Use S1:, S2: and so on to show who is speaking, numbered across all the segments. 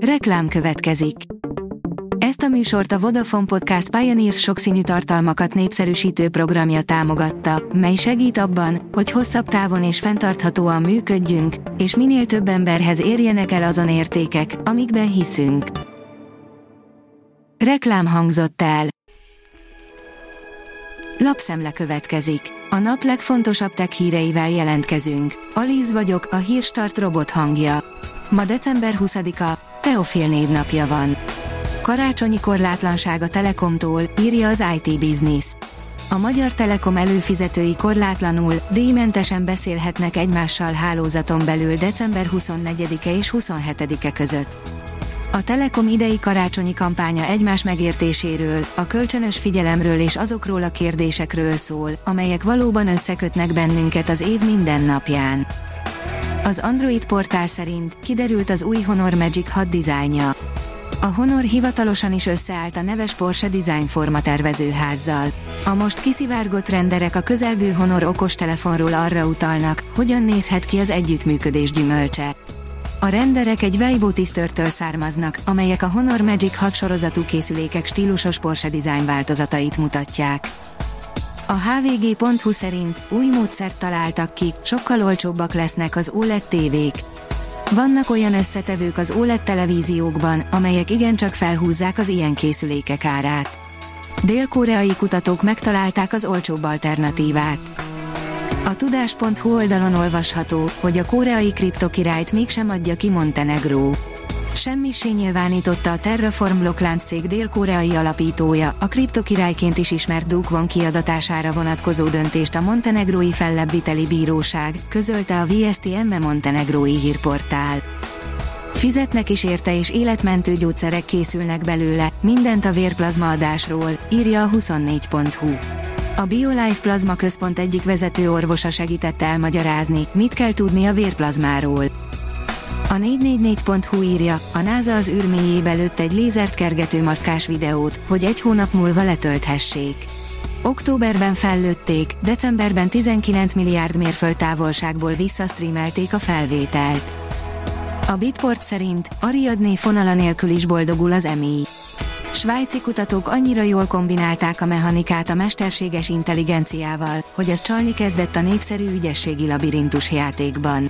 S1: Reklám következik. Ezt a műsort a Vodafone Podcast Pioneers sokszínű tartalmakat népszerűsítő programja támogatta, mely segít abban, hogy hosszabb távon és fenntarthatóan működjünk, és minél több emberhez érjenek el azon értékek, amikben hiszünk. Reklám hangzott el. Lapszemle következik. A nap legfontosabb tech híreivel jelentkezünk. Alíz vagyok, a Hírstart robot hangja. Ma december 20-a, Teofil névnapja van. Karácsonyi korlátlanság a Telekomtól, írja az IT Business. A Magyar Telekom előfizetői korlátlanul, díjmentesen beszélhetnek egymással hálózaton belül december 24-e és 27-e között. A Telekom idei karácsonyi kampánya egymás megértéséről, a kölcsönös figyelemről és azokról a kérdésekről szól, amelyek valóban összekötnek bennünket az év minden napján. Az Android portál szerint kiderült az új Honor Magic 6 dizájnja. A Honor hivatalosan is összeállt a neves Porsche Design Forma tervezőházzal. A most kiszivárgott renderek a közelgő Honor okostelefonról arra utalnak, hogyan nézhet ki az együttműködés gyümölcse. A renderek egy Weibo tisztőrtől származnak, amelyek a Honor Magic 6 sorozatú készülékek stílusos Porsche design változatait mutatják. A hvg.hu szerint új módszert találtak ki, sokkal olcsóbbak lesznek az OLED tévék. Vannak olyan összetevők az OLED televíziókban, amelyek igencsak felhúzzák az ilyen készülékek árát. Dél-koreai kutatók megtalálták az olcsóbb alternatívát. A tudás.hu oldalon olvasható, hogy a koreai kriptokirályt mégsem adja ki Montenegró. Semmissé nyilvánította a Terraform blokklánc cég dél-koreai alapítója, a kriptokirályként is ismert Duke Won kiadatására vonatkozó döntést a montenegrói fellebbviteli bíróság, közölte a VSTM montenegrói hírportál. Fizetnek is érte és életmentő gyógyszerek készülnek belőle, mindent a vérplazma adásról, írja a 24.hu. A BioLife Plazma Központ egyik vezető orvosa segített elmagyarázni, mit kell tudni a vérplazmáról. A 444.hu írja, a NASA az űr mélyébe lőtt egy lézert kergető macskás videót, hogy egy hónap múlva letölthessék. Októberben fellőtték, decemberben 19 milliárd mérföld távolságból visszasztrímelték a felvételt. A Bitport szerint Ariadné fonala nélkül is boldogul az EMI. Svájci kutatók annyira jól kombinálták a mechanikát a mesterséges intelligenciával, hogy az csalni kezdett a népszerű ügyességi labirintus játékban.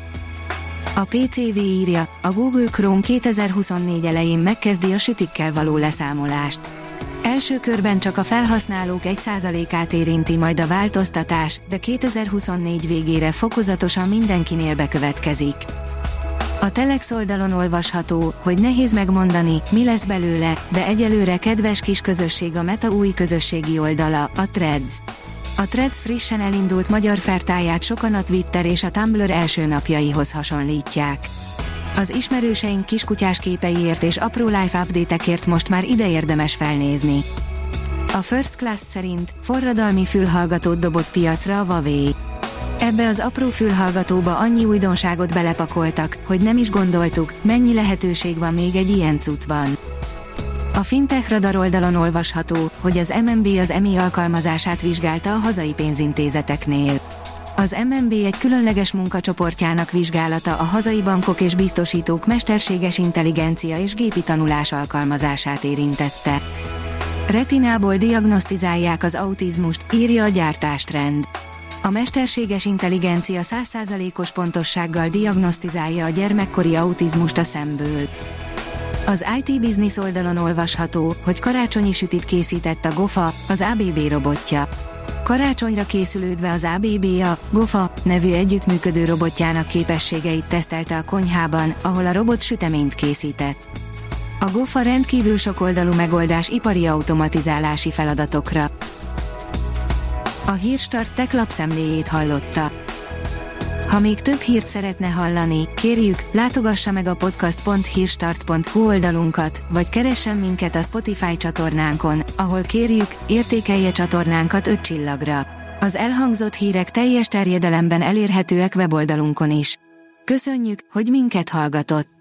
S1: A PCV írja, a Google Chrome 2024 elején megkezdi a sütikkel való leszámolást. Első körben csak a felhasználók 1%-át érinti majd a változtatás, de 2024 végére fokozatosan mindenkinél bekövetkezik. A Telex oldalon olvasható, hogy nehéz megmondani, mi lesz belőle, de egyelőre kedves kis közösség a Meta új közösségi oldala, a Threads. A Threads frissen elindult magyar fertáját sokan a Twitter és a Tumblr első napjaihoz hasonlítják. Az ismerőseink kiskutyás képeiért és apró life update-ekért most már ide érdemes felnézni. A First Class szerint forradalmi fülhallgatót dobott piacra a Huawei. Ebbe az apró fülhallgatóba annyi újdonságot belepakoltak, hogy nem is gondoltuk, mennyi lehetőség van még egy ilyen cuccban. A Fintech Radar oldalon olvasható, hogy az MNB az EMI alkalmazását vizsgálta a hazai pénzintézeteknél. Az MNB egy különleges munkacsoportjának vizsgálata a hazai bankok és biztosítók mesterséges intelligencia és gépi tanulás alkalmazását érintette. Retinából diagnosztizálják az autizmust, írja a Gyártástrend. A mesterséges intelligencia 100%-os pontossággal diagnosztizálja a gyermekkori autizmust a szemből. Az IT Business oldalon olvasható, hogy karácsonyi sütit készített a Gofa, az ABB robotja. Karácsonyra készülődve az ABB a Gofa nevű együttműködő robotjának képességeit tesztelte a konyhában, ahol a robot süteményt készített. A Gofa rendkívül sokoldalú megoldás ipari automatizálási feladatokra. A Hírstart tech lapszemléjét hallotta. Ha még több hírt szeretne hallani, kérjük, látogassa meg a podcast.hírstart.hu oldalunkat, vagy keressen minket a Spotify csatornánkon, ahol kérjük, értékelje csatornánkat 5 csillagra. Az elhangzott hírek teljes terjedelemben elérhetőek weboldalunkon is. Köszönjük, hogy minket hallgatott!